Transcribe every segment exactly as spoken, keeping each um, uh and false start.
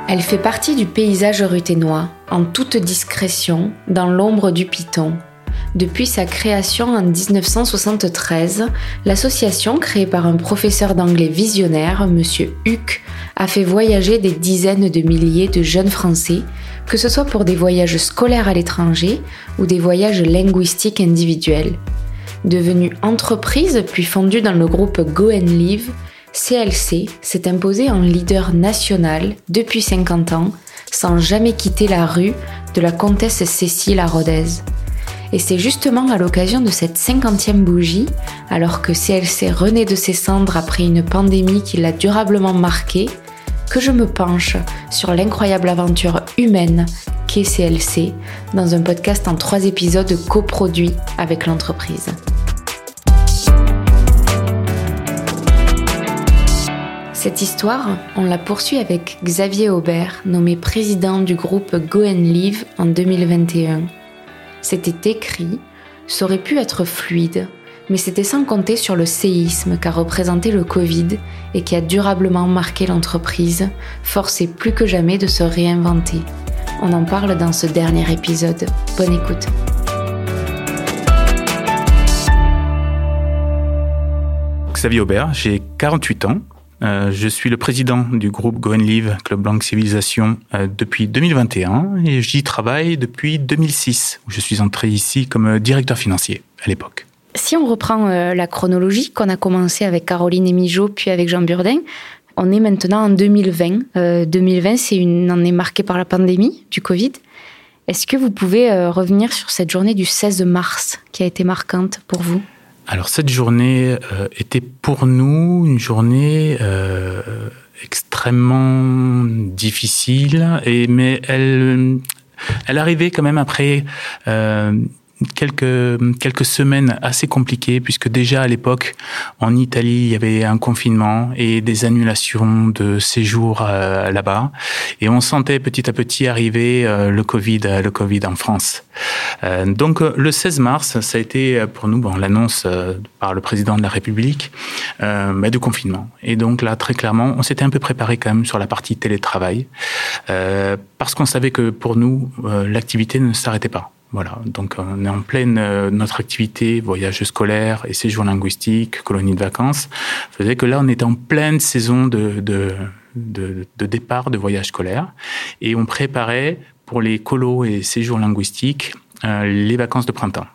Elle fait partie du paysage ruthénois, en toute discrétion, dans l'ombre du Piton. Depuis sa création en dix-neuf cent soixante-treize, l'association, créée par un professeur d'anglais visionnaire, M. Huck, a fait voyager des dizaines de milliers de jeunes Français, que ce soit pour des voyages scolaires à l'étranger ou des voyages linguistiques individuels. Devenue entreprise puis fondue dans le groupe Go and Live, C L C s'est imposée en leader national depuis cinquante ans, sans jamais quitter la rue de la comtesse Cécile à Rodez. Et c'est justement à l'occasion de cette cinquantième bougie, alors que C L C renaît de ses cendres après une pandémie qui l'a durablement marquée, que je me penche sur l'incroyable aventure humaine qu'est C L C dans un podcast en trois épisodes coproduits avec l'entreprise. Cette histoire, on la poursuit avec Xavier Aubert, nommé président du groupe Go and Live en deux mille vingt et un. C'était écrit, ça aurait pu être fluide, mais c'était sans compter sur le séisme qu'a représenté le Covid et qui a durablement marqué l'entreprise, forcée plus que jamais de se réinventer. On en parle dans ce dernier épisode. Bonne écoute. Xavier Aubert, j'ai quarante-huit ans. Euh, je suis le président du groupe Go and Live, Club Blanc Civilisation, euh, depuis deux mille vingt et un et j'y travaille depuis deux mille six, où je suis entré ici comme directeur financier à l'époque. Si on reprend euh, la chronologie qu'on a commencé avec Caroline Emijo puis avec Jean Burdin, on est maintenant en deux mille vingt. Euh, deux mille vingt, c'est une année marquée par la pandémie du Covid. Est-ce que vous pouvez euh, revenir sur cette journée du seize mars qui a été marquante pour vous ? Alors cette journée euh, était pour nous une journée euh, extrêmement difficile, et mais elle elle arrivait quand même après euh, quelques quelques semaines assez compliquées, puisque déjà à l'époque en Italie il y avait un confinement et des annulations de séjours euh, là-bas, et on sentait petit à petit arriver euh, le Covid le Covid en France. Euh, donc le seize mars, ça a été pour nous bon, l'annonce euh, par le président de la République euh, bah, du confinement. Et donc là, très clairement, on s'était un peu préparé quand même sur la partie télétravail, euh, parce qu'on savait que pour nous, euh, l'activité ne s'arrêtait pas. Voilà, donc on est en pleine euh, notre activité, voyage scolaire et séjour linguistique, colonie de vacances, faisait que là on était en pleine saison de de de, de départ de voyage scolaire, et on préparait pour les colos et séjours linguistiques euh, les vacances de printemps.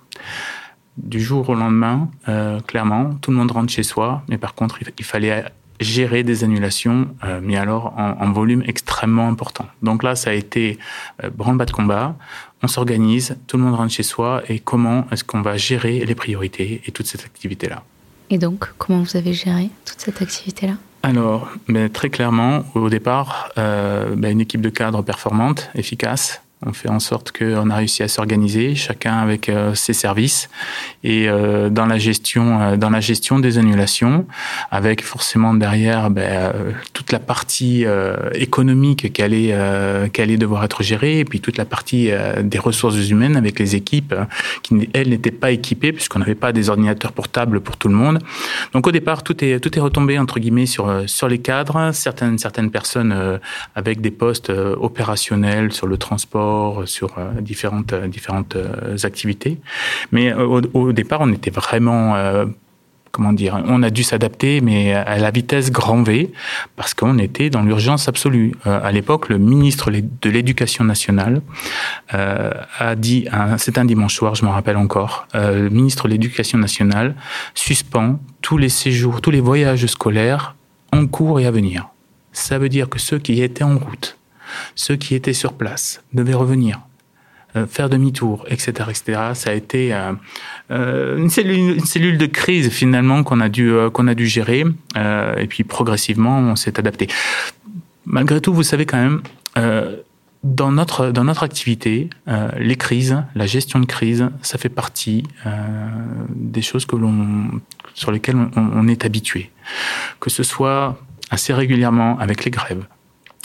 Du jour au lendemain, euh, clairement, tout le monde rentre chez soi, mais par contre il, il fallait gérer des annulations, euh, mais alors en, en volume extrêmement important. Donc là, ça a été euh, branle-bas de combat. On s'organise, tout le monde rentre chez soi, et comment est-ce qu'on va gérer les priorités et toute cette activité-là. Et donc, comment vous avez géré toute cette activité-là ? Alors, ben, très clairement, au départ, euh, ben, une équipe de cadres performante, efficace. On fait en sorte qu'on a réussi à s'organiser, chacun avec euh, ses services, et euh, dans la gestion, euh, dans la gestion des annulations, avec forcément derrière ben, euh, toute la partie euh, économique qui allait, euh, qui allait devoir être gérée, et puis toute la partie euh, des ressources humaines avec les équipes euh, qui elles n'étaient pas équipées puisqu'on n'avait pas des ordinateurs portables pour tout le monde. Donc au départ, tout est tout est retombé entre guillemets sur sur les cadres, certaines certaines personnes euh, avec des postes euh, opérationnels sur le transport, sur euh, différentes euh, différentes euh, activités, mais euh, au, au départ on était vraiment euh, comment dire, on a dû s'adapter, mais à la vitesse grand V, parce qu'on était dans l'urgence absolue. Euh, à l'époque, le ministre de l'Éducation nationale euh, a dit, un, c'est un dimanche soir, je m'en rappelle encore, euh, le ministre de l'Éducation nationale suspend tous les séjours, tous les voyages scolaires en cours et à venir. Ça veut dire que ceux qui étaient en route, ceux qui étaient sur place devaient revenir, euh, faire demi-tour, et cetera, et cetera. Ça a été euh, euh, une, cellule, une cellule de crise finalement qu'on a dû euh, qu'on a dû gérer, euh, et puis progressivement on s'est adapté. Malgré tout, vous savez quand même, euh, dans notre dans notre activité, euh, les crises, la gestion de crise, ça fait partie euh, des choses que l'on sur lesquelles on, on est habitué, que ce soit assez régulièrement avec les grèves,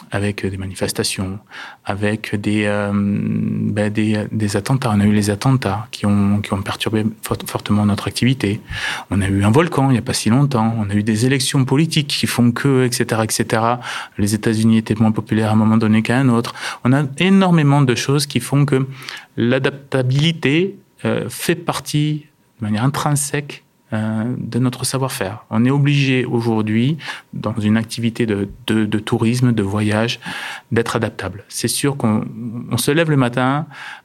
avec des manifestations, avec des, euh, ben des, des attentats. On a eu les attentats qui ont, qui ont perturbé fort, fortement notre activité. On a eu un volcan il n'y a pas si longtemps. On a eu des élections politiques qui font que, et cetera, et cetera. Les États-Unis étaient moins populaires à un moment donné qu'à un autre. On a énormément de choses qui font que l'adaptabilité euh, fait partie de manière intrinsèque de notre savoir-faire. On est obligé aujourd'hui, dans une activité de, de, de tourisme, de voyage, d'être adaptable. C'est sûr qu'on on se lève le matin,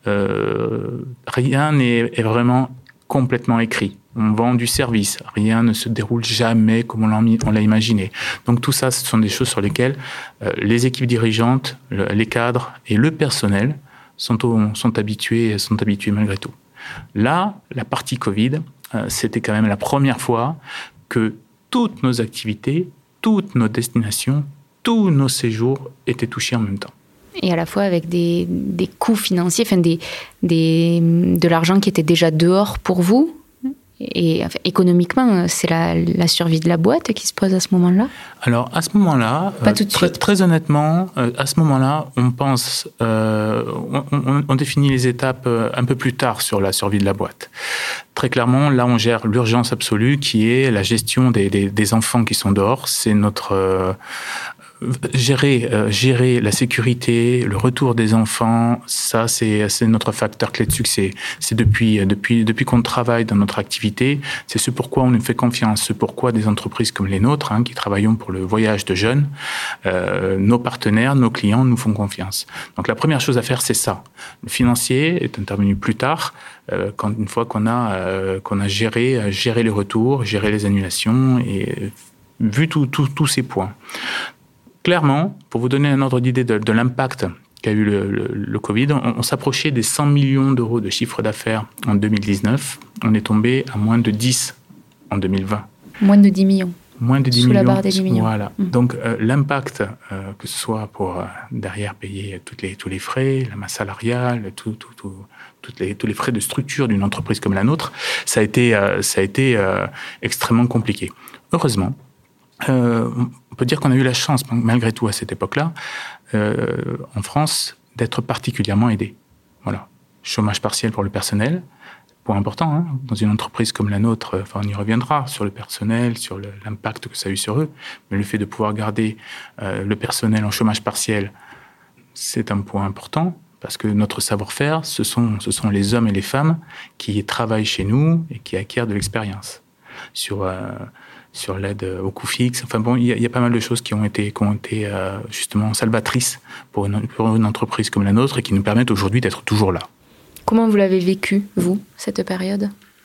euh, rien n'est est vraiment complètement écrit. On vend du service, rien ne se déroule jamais comme on l'a, on l'a imaginé. Donc tout ça, ce sont des choses sur lesquelles euh, les équipes dirigeantes, le, les cadres et le personnel sont, au, sont, habitués, sont habitués malgré tout. Là, la partie Covid, c'était quand même la première fois que toutes nos activités, toutes nos destinations, tous nos séjours étaient touchés en même temps. Et à la fois avec des, des coûts financiers, enfin des, des, de l'argent qui était déjà dehors pour vous. Et enfin, économiquement, c'est la, la survie de la boîte qui se pose à ce moment-là ? Alors, à ce moment-là, Pas tout de très, suite. très honnêtement, à ce moment-là, on pense, euh, on, on, on définit les étapes un peu plus tard sur la survie de la boîte. Très clairement, là, on gère l'urgence absolue qui est la gestion des, des, des enfants qui sont dehors. C'est notre... Euh, Gérer, euh, gérer la sécurité, le retour des enfants, ça c'est, c'est notre facteur clé de succès. C'est depuis, depuis, depuis qu'on travaille dans notre activité, c'est ce pourquoi on nous fait confiance, ce pourquoi des entreprises comme les nôtres, hein, qui travaillons pour le voyage de jeunes, euh, nos partenaires, nos clients nous font confiance. Donc la première chose à faire, c'est ça. Le financier est intervenu plus tard, euh, quand, une fois qu'on a, euh, qu'on a géré, géré les retours, géré les annulations et vu tous tout, tout ces points. Clairement, pour vous donner un ordre d'idée de, de l'impact qu'a eu le, le, le Covid, on, on s'approchait des cent millions d'euros de chiffre d'affaires en deux mille dix-neuf. On est tombé à moins de dix en deux mille vingt. Moins de dix millions. Moins de dix Sous millions. la barre des dix millions. Voilà. Mmh. Donc, euh, l'impact, euh, que ce soit pour euh, derrière payer toutes les, tous les frais, la masse salariale, tout, tout, tout, toutes les, tous les frais de structure d'une entreprise comme la nôtre, ça a été, euh, ça a été euh, extrêmement compliqué. Heureusement, Euh, on peut dire qu'on a eu la chance, malgré tout, à cette époque-là, euh, en France, d'être particulièrement aidé. Voilà. Chômage partiel pour le personnel, point important, hein, dans une entreprise comme la nôtre, enfin, on y reviendra sur le personnel, sur le, l'impact que ça a eu sur eux, mais le fait de pouvoir garder euh, le personnel en chômage partiel, c'est un point important, parce que notre savoir-faire, ce sont, ce sont les hommes et les femmes qui travaillent chez nous et qui acquièrent de l'expérience. Sur... Euh, sur l'aide au coût fixe. Enfin bon, il y, y a pas mal de choses qui ont été, qui ont été euh, justement salvatrices pour une, pour une entreprise comme la nôtre et qui nous permettent aujourd'hui d'être toujours là. Comment vous l'avez vécu, vous, cette période ?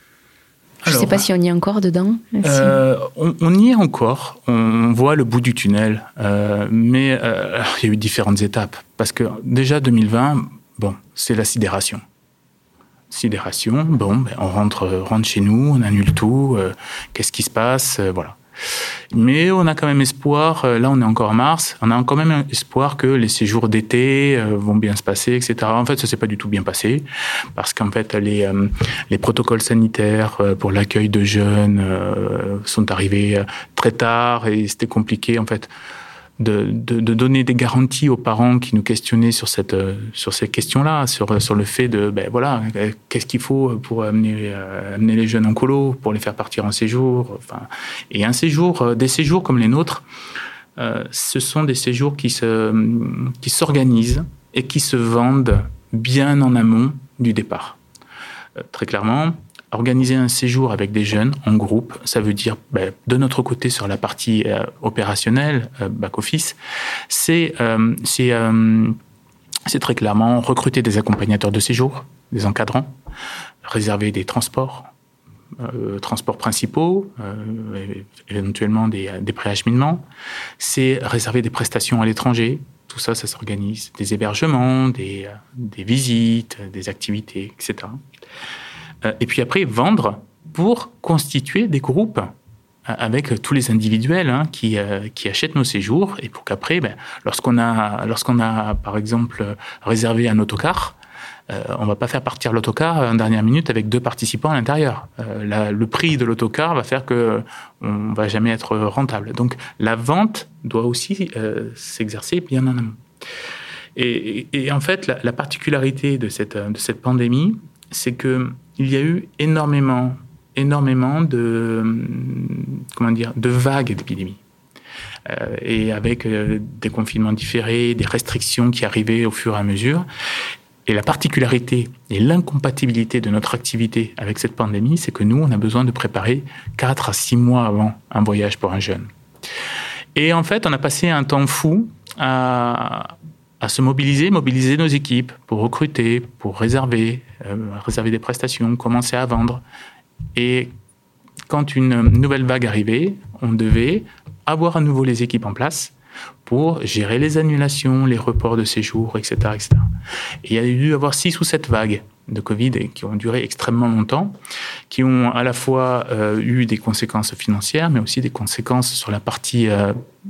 Je ne sais pas si on y est encore dedans. Euh, on, on y est encore. On voit le bout du tunnel. Euh, mais euh, il y a eu différentes étapes. Parce que déjà deux mille vingt, bon, c'est la sidération. Sidération, bon, ben on rentre, rentre chez nous, on annule tout, euh, qu'est-ce qui se passe, euh, voilà. Mais on a quand même espoir, euh, là on est encore en mars, on a quand même espoir que les séjours d'été euh, vont bien se passer, et cetera. En fait, ça s'est pas du tout bien passé, parce qu'en fait, les, euh, les protocoles sanitaires euh, pour l'accueil de jeunes euh, sont arrivés très tard et c'était compliqué, en fait. De, de, de donner des garanties aux parents qui nous questionnaient sur cette sur ces questions-là, sur sur le fait de ben voilà, qu'est-ce qu'il faut pour amener euh, amener les jeunes en colo, pour les faire partir en séjour, enfin, et un séjour, des séjours comme les nôtres, euh, ce sont des séjours qui se qui s'organisent et qui se vendent bien en amont du départ. Euh, très clairement. Organiser un séjour avec des jeunes en groupe, ça veut dire, ben, de notre côté, sur la partie euh, opérationnelle, euh, back-office, c'est, euh, c'est, euh, c'est très clairement recruter des accompagnateurs de séjour, des encadrants, réserver des transports, euh, transports principaux, euh, éventuellement des, des préacheminements, c'est réserver des prestations à l'étranger. Tout ça, ça s'organise. Des hébergements, des, des visites, des activités, et cetera. Et puis après, vendre pour constituer des groupes avec tous les individuels hein, qui, euh, qui achètent nos séjours et pour qu'après, ben, lorsqu'on a, lorsqu'on a, par exemple, réservé un autocar, Euh, on ne va pas faire partir l'autocar en dernière minute avec deux participants à l'intérieur. Euh, la, le prix de l'autocar va faire qu'on ne va jamais être rentable. Donc la vente doit aussi euh, s'exercer bien en amont. Et, et, et en fait, la, la particularité de cette, de cette pandémie, c'est qu'il y a eu énormément, énormément de, comment dire, de vagues d'épidémies. Euh, et avec euh, des confinements différés, des restrictions qui arrivaient au fur et à mesure. Et la particularité et l'incompatibilité de notre activité avec cette pandémie, c'est que nous, on a besoin de préparer quatre à six mois avant un voyage pour un jeune. Et en fait, on a passé un temps fou à, à se mobiliser, mobiliser nos équipes pour recruter, pour réserver, euh, réserver des prestations, commencer à vendre. Et quand une nouvelle vague arrivait, on devait avoir à nouveau les équipes en place pour gérer les annulations, les reports de séjour, et cetera, et cetera. Et il y a dû y avoir six ou sept vagues de Covid qui ont duré extrêmement longtemps, qui ont à la fois euh, eu des conséquences financières, mais aussi des conséquences sur la partie euh,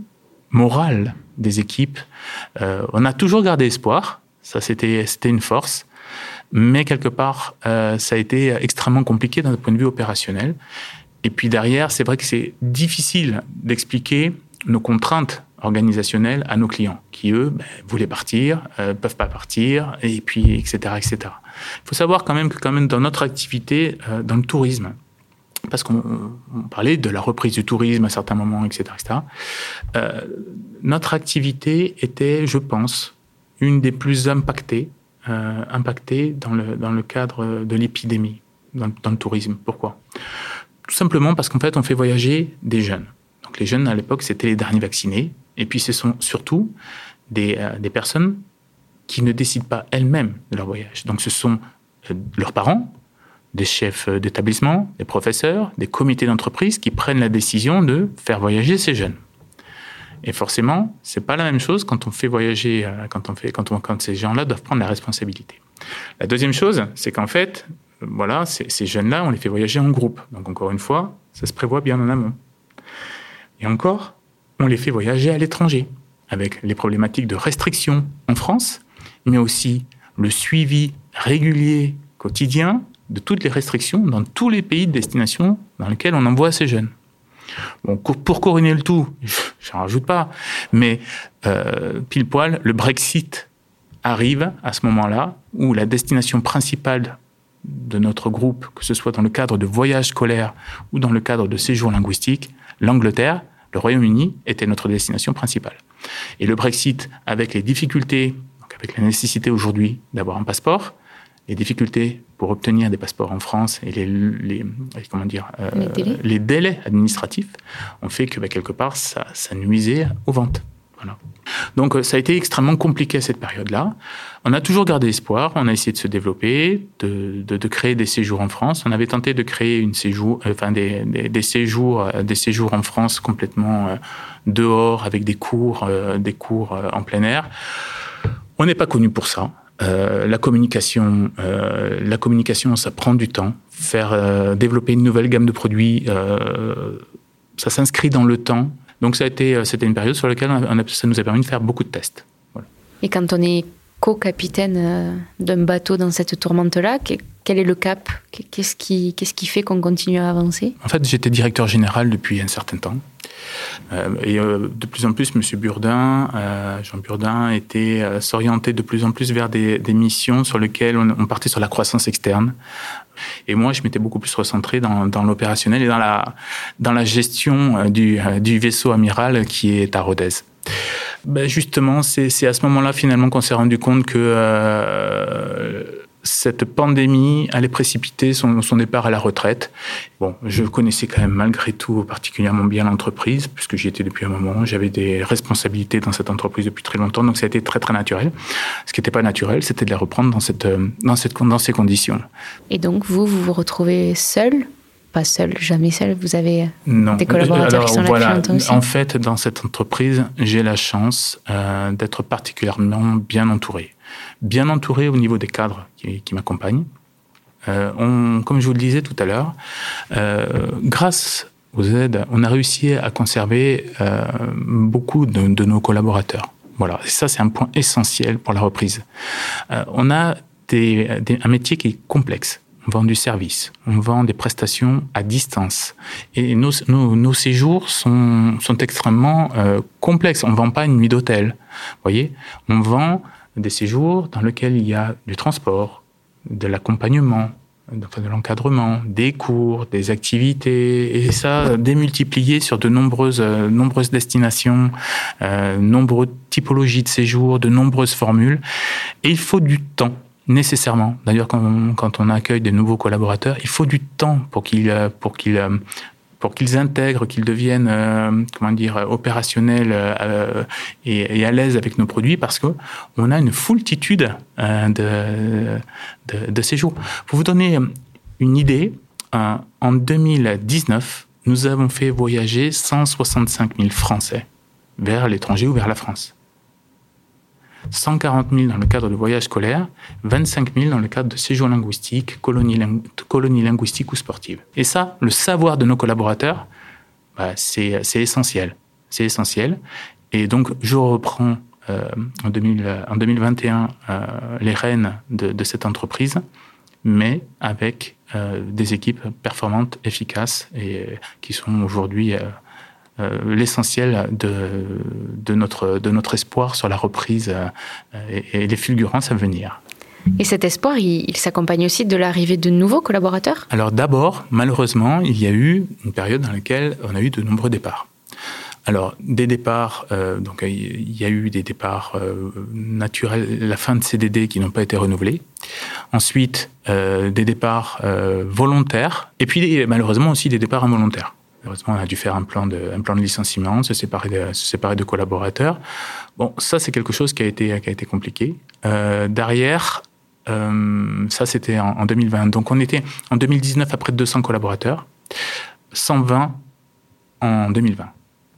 morale des équipes. Euh, on a toujours gardé espoir, ça c'était, c'était une force, mais quelque part, euh, ça a été extrêmement compliqué d'un point de vue opérationnel. Et puis derrière, c'est vrai que c'est difficile d'expliquer nos contraintes organisationnelles à nos clients, qui eux ben, voulaient partir, euh, peuvent pas partir, et puis et cetera, et cetera. Il faut savoir quand même que quand même dans notre activité, euh, dans le tourisme, parce qu'on on parlait de la reprise du tourisme à certains moments, et cetera, et cetera. Euh, notre activité était, je pense, une des plus impactées, euh, impactées dans le dans le cadre de l'épidémie dans, dans le tourisme. Pourquoi ? Tout simplement parce qu'en fait, on fait voyager des jeunes. Donc les jeunes, à l'époque, c'était les derniers vaccinés. Et puis, ce sont surtout des, euh, des personnes qui ne décident pas elles-mêmes de leur voyage. Donc, ce sont euh, leurs parents, des chefs d'établissement, des professeurs, des comités d'entreprise qui prennent la décision de faire voyager ces jeunes. Et forcément, c'est pas la même chose quand on fait voyager, euh, quand on fait, quand on, quand ces gens-là doivent prendre la responsabilité. La deuxième chose, c'est qu'en fait, voilà, ces, ces jeunes-là, on les fait voyager en groupe. Donc, encore une fois, ça se prévoit bien en amont. Et encore, on les fait voyager à l'étranger, avec les problématiques de restriction en France, mais aussi le suivi régulier, quotidien, de toutes les restrictions dans tous les pays de destination dans lesquels on envoie ces jeunes. Bon, pour couronner le tout, je n'en rajoute pas, mais euh, pile poil, le Brexit arrive à ce moment-là, où la destination principale de notre groupe, que ce soit dans le cadre de voyages scolaires ou dans le cadre de séjours linguistiques, l'Angleterre, le Royaume-Uni était notre destination principale. Et le Brexit, avec les difficultés, donc avec la nécessité aujourd'hui d'avoir un passeport, les difficultés pour obtenir des passeports en France et les, les, comment dire, euh, les, délais. les délais administratifs ont fait que, bah, quelque part, ça, ça nuisait aux ventes. Voilà. Donc, ça a été extrêmement compliqué à cette période-là. On a toujours gardé espoir, on a essayé de se développer, de, de, de créer des séjours en France. On avait tenté de créer une séjour, enfin des, des, des, séjours, des séjours en France complètement euh, dehors, avec des cours, euh, des cours euh, en plein air. On n'est pas connu pour ça. Euh, la communication, euh, la communication, ça prend du temps. Faire euh, développer une nouvelle gamme de produits, euh, ça s'inscrit dans le temps. Donc ça a été, c'était une période sur laquelle on a, ça nous a permis de faire beaucoup de tests. Voilà. Et quand on est co-capitaine d'un bateau dans cette tourmente-là, quel est le cap ? Qu'est-ce qui, qu'est-ce qui fait qu'on continue à avancer ? En fait, j'étais directeur général depuis un certain temps. Euh, et euh, de plus en plus, M. Burdin, euh, Jean Burdin, était, euh, s'orientait de plus en plus vers des, des missions sur lesquelles on, on partait sur la croissance externe. Et moi, je m'étais beaucoup plus recentré dans, dans l'opérationnel et dans la, dans la gestion euh, du, euh, du vaisseau amiral qui est à Rodez. Ben justement, c'est, c'est à ce moment-là, finalement, qu'on s'est rendu compte que euh, cette pandémie allait précipiter son, son départ à la retraite. Bon, je connaissais quand même malgré tout particulièrement bien l'entreprise, puisque j'y étais depuis un moment. J'avais des responsabilités dans cette entreprise depuis très longtemps, donc ça a été très, très naturel. Ce qui n'était pas naturel, c'était de la reprendre dans, cette, dans, cette, dans ces conditions. Et donc, vous, vous vous retrouvez seul ? Pas seul, jamais seul, vous avez non. des collaborateurs Alors, qui sont là voilà. depuis longtemps aussi. En fait, dans cette entreprise, j'ai la chance euh, d'être particulièrement bien entouré. Bien entouré au niveau des cadres qui, qui m'accompagnent. Euh, on, comme je vous le disais tout à l'heure, euh, grâce aux aides, on a réussi à conserver euh, beaucoup de, de nos collaborateurs. Voilà, et ça c'est un point essentiel pour la reprise. Euh, on a des, des, un métier qui est complexe. On vend du service, on vend des prestations à distance. Et nos, nos, nos séjours sont, sont extrêmement euh, complexes. On ne vend pas une nuit d'hôtel. Vous voyez, on vend des séjours dans lesquels il y a du transport, de l'accompagnement, enfin de l'encadrement, des cours, des activités, et ça démultiplié sur de nombreuses, euh, nombreuses destinations, euh, nombreuses typologies de séjours, de nombreuses formules. Et il faut du temps. Nécessairement. D'ailleurs, quand on, quand on accueille des nouveaux collaborateurs, il faut du temps pour qu'ils, pour qu'ils, pour qu'ils intègrent, qu'ils deviennent, euh, comment dire, opérationnels euh, et, et à l'aise avec nos produits, parce que on a une foultitude euh, de, de, de séjours. Pour vous donner une idée, euh, en deux mille dix-neuf, nous avons fait voyager cent soixante-cinq mille Français vers l'étranger ou vers la France. cent quarante mille dans le cadre de voyages scolaires, vingt-cinq mille dans le cadre de séjours linguistiques, colonies, colonies linguistiques ou sportives. Et ça, le savoir de nos collaborateurs, bah, c'est, c'est essentiel. C'est essentiel. Et donc, je reprends euh, en, deux mille, en deux mille vingt et un euh, les rênes de, de cette entreprise, mais avec euh, des équipes performantes, efficaces, et euh, qui sont aujourd'hui... Euh, Euh, l'essentiel de, de, notre, de notre espoir sur la reprise euh, et, et les fulgurances à venir. Et cet espoir, il, il s'accompagne aussi de l'arrivée de nouveaux collaborateurs ? Alors d'abord, malheureusement, il y a eu une période dans laquelle on a eu de nombreux départs. Alors, des départs, euh, donc il y a eu des départs euh, naturels, la fin de C D D qui n'ont pas été renouvelés. Ensuite, euh, des départs euh, volontaires. Et puis, malheureusement, aussi des départs involontaires. Heureusement, on a dû faire un plan de, un plan de licenciement, se séparer de, se séparer de collaborateurs. Bon, ça, c'est quelque chose qui a été, qui a été compliqué. Euh, derrière, euh, ça, c'était en, en deux mille vingt. Donc, on était en deux mille dix-neuf à près de deux cents collaborateurs, cent vingt en deux mille vingt.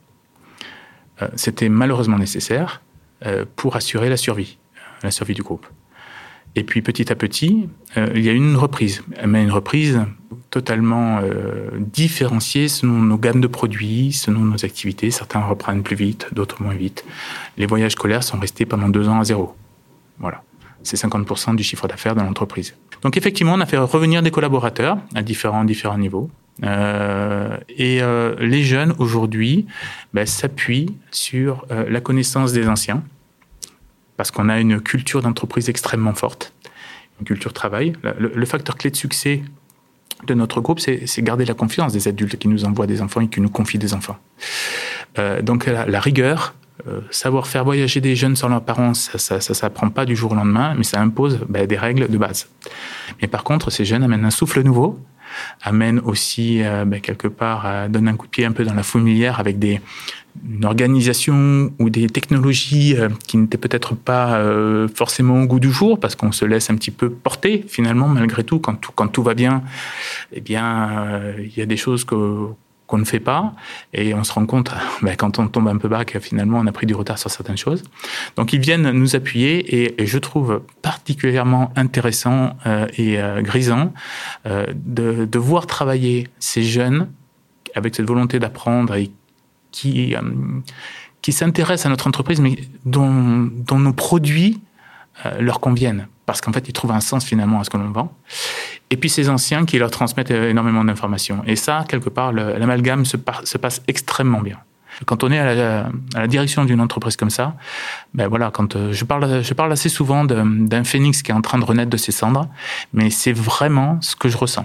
Euh, c'était malheureusement nécessaire euh, pour assurer la survie, la survie du groupe. Et puis, petit à petit, euh, il y a eu une reprise, mais une reprise totalement euh, différenciée selon nos gammes de produits, selon nos activités. Certains reprennent plus vite, d'autres moins vite. Les voyages scolaires sont restés pendant deux ans à zéro. Voilà. C'est cinquante pour cent du chiffre d'affaires de l'entreprise. Donc, effectivement, on a fait revenir des collaborateurs à différents, différents niveaux. Euh, et euh, les jeunes, aujourd'hui, ben, s'appuient sur euh, la connaissance des anciens, parce qu'on a une culture d'entreprise extrêmement forte, une culture travail. Le, le facteur clé de succès de notre groupe, c'est, c'est garder la confiance des adultes qui nous envoient des enfants et qui nous confient des enfants. Euh, donc la, la rigueur, euh, savoir faire voyager des jeunes sans leurs parents, ça ça, ça s'apprend pas du jour au lendemain, mais ça impose ben, des règles de base. Mais par contre, ces jeunes amènent un souffle nouveau, amènent aussi euh, ben, quelque part, euh, donnent un coup de pied un peu dans la fourmilière avec des une organisation ou des technologies euh, qui n'étaient peut-être pas euh, forcément au goût du jour, parce qu'on se laisse un petit peu porter finalement malgré tout quand tout, quand tout va bien. Eh bien, euh, il y a des choses que, qu'on ne fait pas et on se rend compte ben, quand on tombe un peu bas que finalement on a pris du retard sur certaines choses. Donc ils viennent nous appuyer et, et je trouve particulièrement intéressant euh, et euh, grisant euh, de, de voir travailler ces jeunes avec cette volonté d'apprendre et qui, euh, qui s'intéressent à notre entreprise, mais dont, dont nos produits euh, leur conviennent. Parce qu'en fait, ils trouvent un sens finalement à ce que l'on vend. Et puis ces anciens qui leur transmettent énormément d'informations. Et ça, quelque part, le, l'amalgame se, par, se passe extrêmement bien. Quand on est à la, à la direction d'une entreprise comme ça, ben voilà, quand euh, je parle, je parle assez souvent de, d'un phénix qui est en train de renaître de ses cendres, mais c'est vraiment ce que je ressens.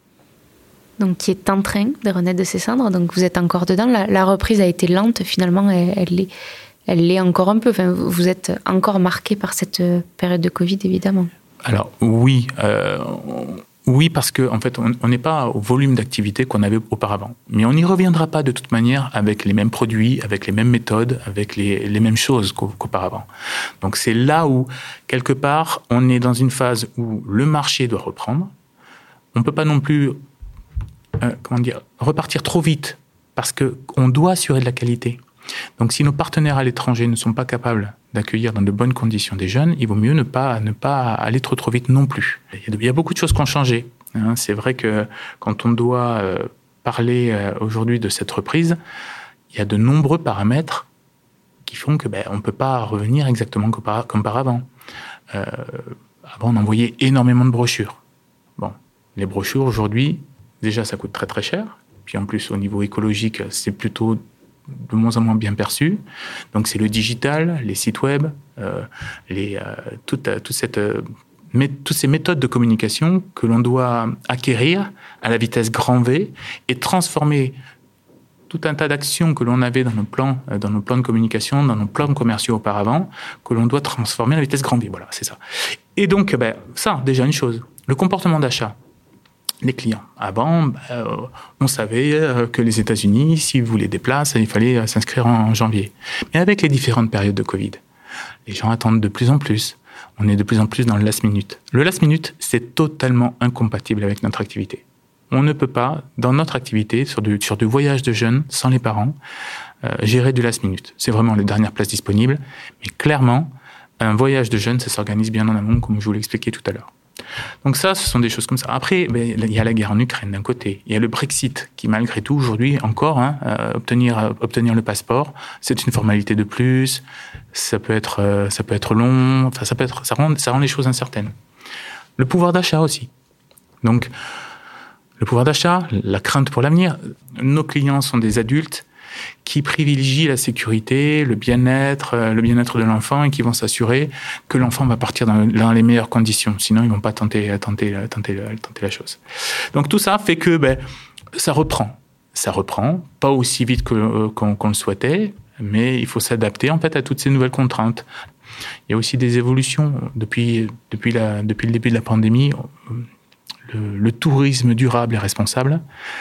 Donc, qui est en train de renaître de ses cendres. Donc, vous êtes encore dedans. La, la reprise a été lente, finalement. Elle, elle, est, elle l'est encore un peu. Enfin, vous êtes encore marqué par cette période de Covid, évidemment. Alors, oui. Euh, oui, parce qu'en en fait, on n'est pas au volume d'activité qu'on avait auparavant. Mais on n'y reviendra pas de toute manière avec les mêmes produits, avec les mêmes méthodes, avec les, les mêmes choses qu'auparavant. Donc, c'est là où, quelque part, on est dans une phase où le marché doit reprendre. On ne peut pas non plus... Euh, comment dire, repartir trop vite parce qu'on doit assurer de la qualité. Donc si nos partenaires à l'étranger ne sont pas capables d'accueillir dans de bonnes conditions des jeunes, il vaut mieux ne pas, ne pas aller trop trop vite non plus. Il y a, il y a beaucoup de choses qui ont changé. Hein. C'est vrai que quand on doit euh, parler euh, aujourd'hui de cette reprise, il y a de nombreux paramètres qui font que ben, on ne peut pas revenir exactement comme par, comme par avant. Euh, avant, on envoyait énormément de brochures. Bon, les brochures, aujourd'hui, déjà, ça coûte très, très cher. Puis en plus, au niveau écologique, c'est plutôt de moins en moins bien perçu. Donc, c'est le digital, les sites web, euh, les, euh, toute, toute cette, euh, mais, toutes ces méthodes de communication que l'on doit acquérir à la vitesse grand V et transformer tout un tas d'actions que l'on avait dans nos plans, dans nos plans de communication, dans nos plans commerciaux auparavant, que l'on doit transformer à la vitesse grand V. Voilà, c'est ça. Et donc, ben, ça, déjà une chose, le comportement d'achat. Les clients. Avant, euh, on savait euh, que les États-Unis, s'ils voulaient des places, il fallait euh, s'inscrire en, en janvier. Mais avec les différentes périodes de Covid, les gens attendent de plus en plus. On est de plus en plus dans le last minute. Le last minute, c'est totalement incompatible avec notre activité. On ne peut pas, dans notre activité, sur du, sur du voyage de jeunes, sans les parents, euh, gérer du last minute. C'est vraiment les dernières places disponibles. Mais clairement, un voyage de jeunes, ça s'organise bien en amont, comme je vous l'ai expliqué tout à l'heure. Donc ça, ce sont des choses comme ça. Après, ben, il y a la guerre en Ukraine d'un côté. Il y a le Brexit qui, malgré tout, aujourd'hui, encore, hein, euh, obtenir, euh, obtenir le passeport, c'est une formalité de plus. Ça peut être, euh, ça peut être long. Enfin, ça peut être, ça rend, ça rend les choses incertaines. Le pouvoir d'achat aussi. Donc, le pouvoir d'achat, la crainte pour l'avenir. Nos clients sont des adultes qui privilégient la sécurité, le bien-être, le bien-être de l'enfant et qui vont s'assurer que l'enfant va partir dans, dans les meilleures conditions. Sinon, ils vont pas tenter, tenter, tenter, tenter la chose. Donc tout ça fait que ben, ça reprend. Ça reprend, pas aussi vite que, qu'on, qu'on le souhaitait, mais il faut s'adapter en fait à toutes ces nouvelles contraintes. Il y a aussi des évolutions. Depuis, depuis, la, depuis le début de la pandémie, le, le tourisme durable et responsable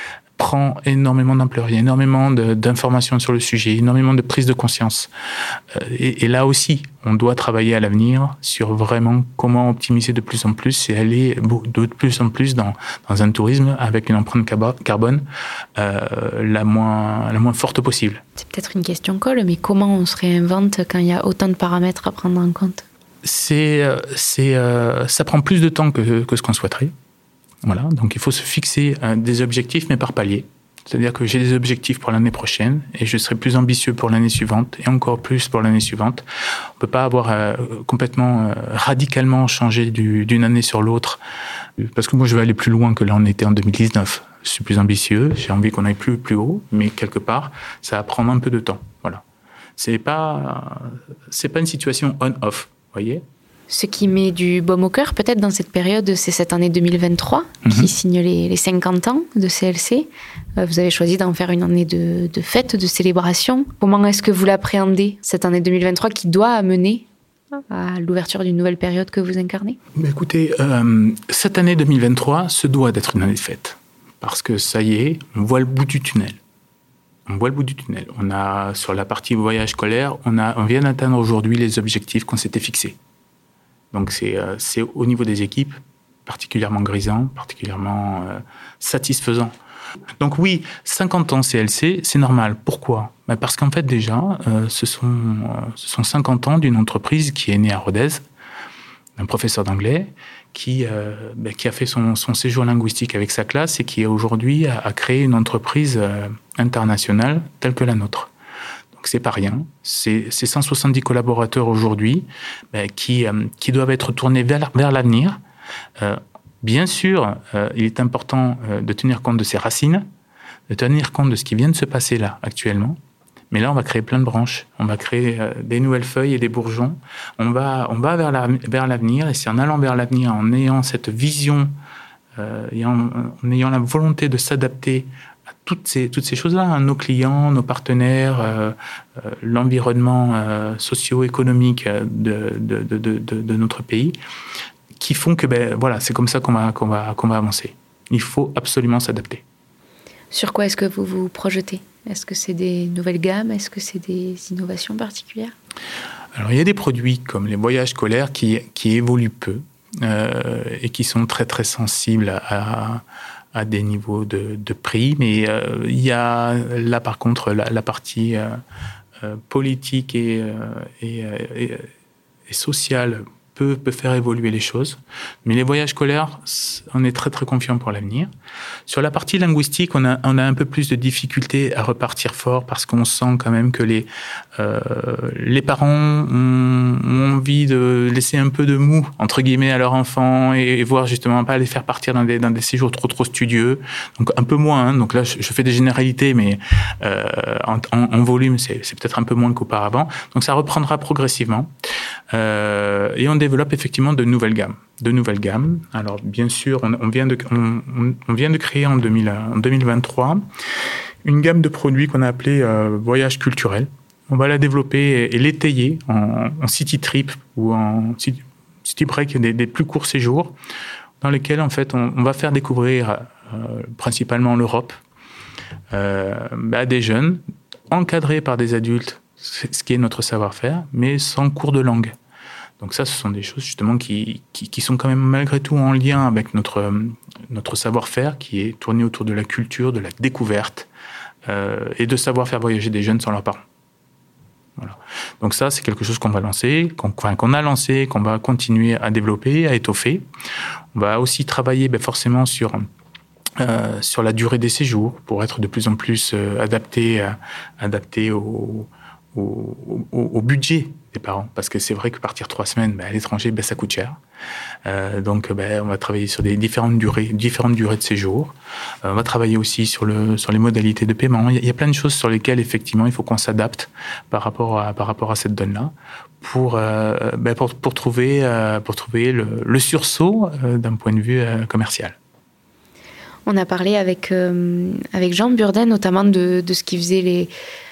prend énormément d'ampleur. Il y a énormément de, d'informations sur le sujet, énormément de prise de conscience. Et, et là aussi, on doit travailler à l'avenir sur vraiment comment optimiser de plus en plus et aller de plus en plus dans, dans un tourisme avec une empreinte carbone euh, la moins, la moins forte possible. C'est peut-être une question colle, mais comment on se réinvente quand il y a autant de paramètres à prendre en compte ? C'est, c'est, euh, ça prend plus de temps que, que ce qu'on souhaiterait. Voilà, donc il faut se fixer euh, des objectifs, mais par palier. C'est-à-dire que j'ai des objectifs pour l'année prochaine et je serai plus ambitieux pour l'année suivante et encore plus pour l'année suivante. On ne peut pas avoir euh, complètement, euh, radicalement changé du, d'une année sur l'autre. Parce que moi, je veux aller plus loin que là, on était en deux mille dix-neuf. Je suis plus ambitieux, j'ai envie qu'on aille plus, plus haut, mais quelque part, ça va prendre un peu de temps. Voilà. C'est pas, c'est pas une situation on-off, vous voyez ? Ce qui met du baume au cœur, peut-être, dans cette période, c'est cette année deux mille vingt-trois, mmh. qui signe les, les cinquante ans de C L C. Euh, vous avez choisi d'en faire une année de, de fête, de célébration. Comment est-ce que vous l'appréhendez, cette année deux mille vingt-trois, qui doit amener à l'ouverture d'une nouvelle période que vous incarnez ? Mais écoutez, euh, cette année deux mille vingt-trois se doit d'être une année de fête. Parce que ça y est, on voit le bout du tunnel. On voit le bout du tunnel. On a, sur la partie voyage scolaire, on, a, on vient d'atteindre aujourd'hui les objectifs qu'on s'était fixés. Donc c'est, euh, c'est au niveau des équipes particulièrement grisant, particulièrement euh, satisfaisant. Donc oui, cinquante ans C L C, c'est normal. Pourquoi ? Ben parce qu'en fait déjà, euh, ce, sont, euh, ce sont cinquante ans d'une entreprise qui est née à Rodez, d'un professeur d'anglais, qui, euh, ben, qui a fait son, son séjour linguistique avec sa classe et qui aujourd'hui a, a créé une entreprise euh, internationale telle que la nôtre. C'est pas rien. C'est, c'est cent soixante-dix collaborateurs aujourd'hui ben, qui, euh, qui doivent être tournés vers, vers l'avenir. Euh, bien sûr, euh, il est important euh, de tenir compte de ses racines, de tenir compte de ce qui vient de se passer là, actuellement. Mais là, on va créer plein de branches. On va créer euh, des nouvelles feuilles et des bourgeons. On va, on va vers, la, vers l'avenir. Et c'est en allant vers l'avenir, en ayant cette vision, euh, et en, en ayant la volonté de s'adapter Toutes ces, toutes ces choses-là, hein, nos clients, nos partenaires, euh, euh, l'environnement euh, socio-économique de, de, de, de, de notre pays, qui font que ben, voilà, c'est comme ça qu'on va, qu'on va, qu'on va avancer. Il faut absolument s'adapter. Sur quoi est-ce que vous vous projetez ? Est-ce que c'est des nouvelles gammes ? Est-ce que c'est des innovations particulières ? Alors, il y a des produits comme les voyages scolaires qui, qui évoluent peu euh, et qui sont très, très sensibles à... à des niveaux de, de prix, mais euh, il y a là par contre la, la partie euh, euh, politique et, euh, et, et, et sociale peut, peut faire évoluer les choses. Mais les voyages scolaires, on est très très confiant pour l'avenir. Sur la partie linguistique, on a, on a un peu plus de difficultés à repartir fort parce qu'on sent quand même que les, euh, les parents ont, ont envie de laisser un peu de mou, entre guillemets, à leurs enfants et, et voir justement pas les faire partir dans des, dans des séjours trop trop studieux. Donc un peu moins. Hein. Donc là, je, je fais des généralités, mais euh, en, en, en volume, c'est, c'est peut-être un peu moins qu'auparavant. Donc ça reprendra progressivement. Euh, et on développe effectivement de nouvelles gammes. De nouvelles gammes. Alors bien sûr, on, on, vient, de, on, on vient de créer en, deux mille, en deux mille vingt-trois une gamme de produits qu'on a appelée euh, Voyage culturel. On va la développer et, et l'étayer en, en city trip ou en city, city break, des, des plus courts séjours, dans lesquels en fait on, on va faire découvrir euh, principalement l'Europe euh, à des jeunes, encadrés par des adultes, ce qui est notre savoir-faire, mais sans cours de langue. Donc ça, ce sont des choses justement qui, qui, qui sont quand même malgré tout en lien avec notre, notre savoir-faire, qui est tourné autour de la culture, de la découverte, euh, et de savoir faire voyager des jeunes sans leurs parents. Voilà. Donc ça, c'est quelque chose qu'on va lancer, qu'on, enfin, qu'on a lancé, qu'on va continuer à développer, à étoffer. On va aussi travailler ben, forcément sur... Euh, sur la durée des séjours, pour être de plus en plus euh, adapté, euh, adapté au, au, au, au budget des parents. Parce que c'est vrai que partir trois semaines ben, à l'étranger, ben, ça coûte cher. Euh, donc ben, on va travailler sur des différentes durées, différentes durées de séjour. Euh, on va travailler aussi sur, le, sur les modalités de paiement. Il y, a, il y a plein de choses sur lesquelles effectivement il faut qu'on s'adapte par rapport à, par rapport à cette donne-là. Pour, euh, ben, pour, pour trouver, euh, pour trouver le, le sursaut euh, d'un point de vue euh, commercial. On a parlé avec, euh, avec Jean Burdin notamment de, de ce qui faisait les,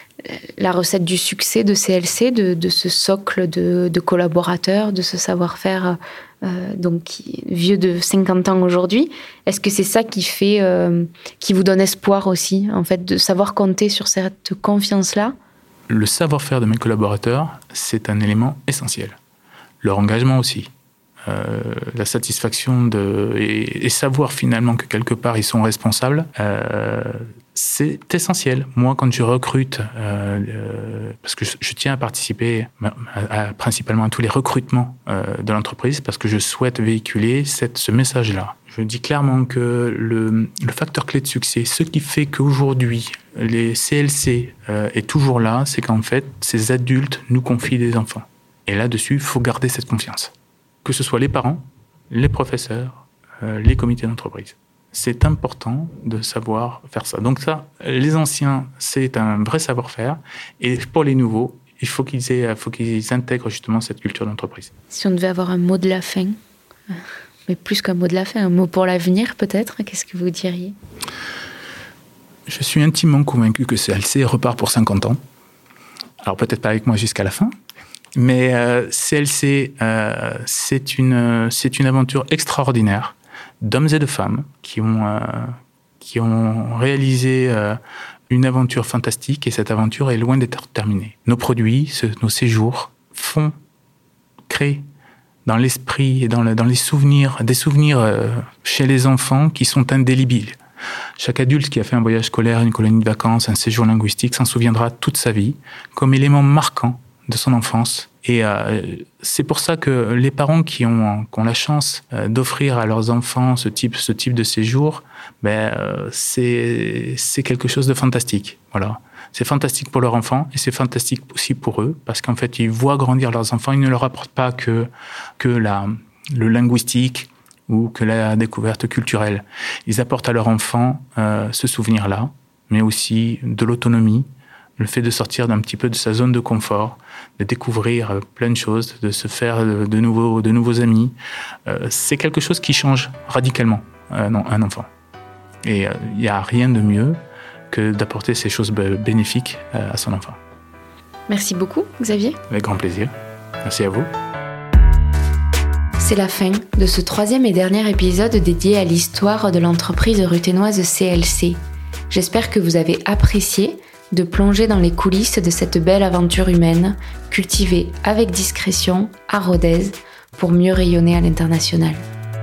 la recette du succès de C L C, de, de ce socle de, de collaborateurs, de ce savoir-faire euh, donc, qui, vieux de cinquante ans aujourd'hui. Est-ce que c'est ça qui, fait, euh, qui vous donne espoir aussi, en fait, de savoir compter sur cette confiance-là ? Le savoir-faire de mes collaborateurs, c'est un élément essentiel. Leur engagement aussi. Euh, la satisfaction de, et, et savoir finalement que quelque part ils sont responsables, euh, c'est essentiel. Moi, quand je recrute, euh, euh, parce que je, je tiens à participer à, à, principalement à tous les recrutements euh, de l'entreprise, parce que je souhaite véhiculer cette, ce message-là. Je dis clairement que le, le facteur clé de succès, ce qui fait qu'aujourd'hui les C L C euh, est toujours là, c'est qu'en fait ces adultes nous confient des enfants. Et là-dessus, il faut garder cette confiance. Que ce soit les parents, les professeurs, euh, les comités d'entreprise. C'est important de savoir faire ça. Donc ça, les anciens, c'est un vrai savoir-faire. Et pour les nouveaux, il faut qu'ils aient, faut qu'ils intègrent justement cette culture d'entreprise. Si on devait avoir un mot de la fin, mais plus qu'un mot de la fin, un mot pour l'avenir peut-être, qu'est-ce que vous diriez ? Je suis intimement convaincu que C L C repart pour cinquante ans. Alors peut-être pas avec moi jusqu'à la fin, mais euh, C L C, euh, c'est une, c'est une aventure extraordinaire d'hommes et de femmes qui ont, euh, qui ont réalisé euh, une aventure fantastique, et cette aventure est loin d'être terminée. Nos produits, ce, nos séjours font, créent dans l'esprit et dans, le, dans les souvenirs, des souvenirs euh, chez les enfants qui sont indélébiles. Chaque adulte qui a fait un voyage scolaire, une colonie de vacances, un séjour linguistique s'en souviendra toute sa vie comme élément marquant de son enfance. Et euh, c'est pour ça que les parents qui ont, qui ont la chance euh, d'offrir à leurs enfants ce type, ce type de séjour, ben, euh, c'est, c'est quelque chose de fantastique. Voilà. C'est fantastique pour leurs enfants et c'est fantastique aussi pour eux, parce qu'en fait, ils voient grandir leurs enfants. Ils ne leur apportent pas que, que la, le linguistique ou que la découverte culturelle. Ils apportent à leurs enfants euh, ce souvenir-là, mais aussi de l'autonomie, le fait de sortir d'un petit peu de sa zone de confort, de découvrir plein de choses, de se faire de, de, nouveaux, de nouveaux amis. Euh, c'est quelque chose qui change radicalement un, un enfant. Et il euh, n'y a rien de mieux que d'apporter ces choses bénéfiques à son enfant. Merci beaucoup, Xavier. Avec grand plaisir. Merci à vous. C'est la fin de ce troisième et dernier épisode dédié à l'histoire de l'entreprise ruthénoise C L C. J'espère que vous avez apprécié de plonger dans les coulisses de cette belle aventure humaine, cultivée avec discrétion à Rodez pour mieux rayonner à l'international.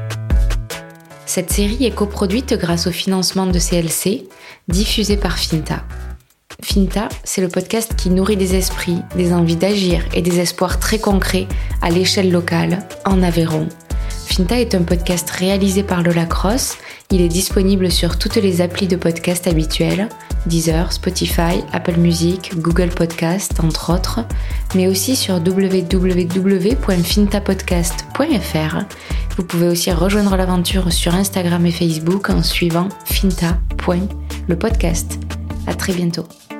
Cette série est coproduite grâce au financement de C L C, diffusée par Finta. Finta, c'est le podcast qui nourrit des esprits, des envies d'agir et des espoirs très concrets à l'échelle locale, en Aveyron. Finta est un podcast réalisé par Lola Cross. Il est disponible sur toutes les applis de podcast habituelles, Deezer, Spotify, Apple Music, Google Podcast, entre autres, mais aussi sur w w w point fintapodcast point f r. Vous pouvez aussi rejoindre l'aventure sur Instagram et Facebook en suivant finta. Le podcast. À très bientôt.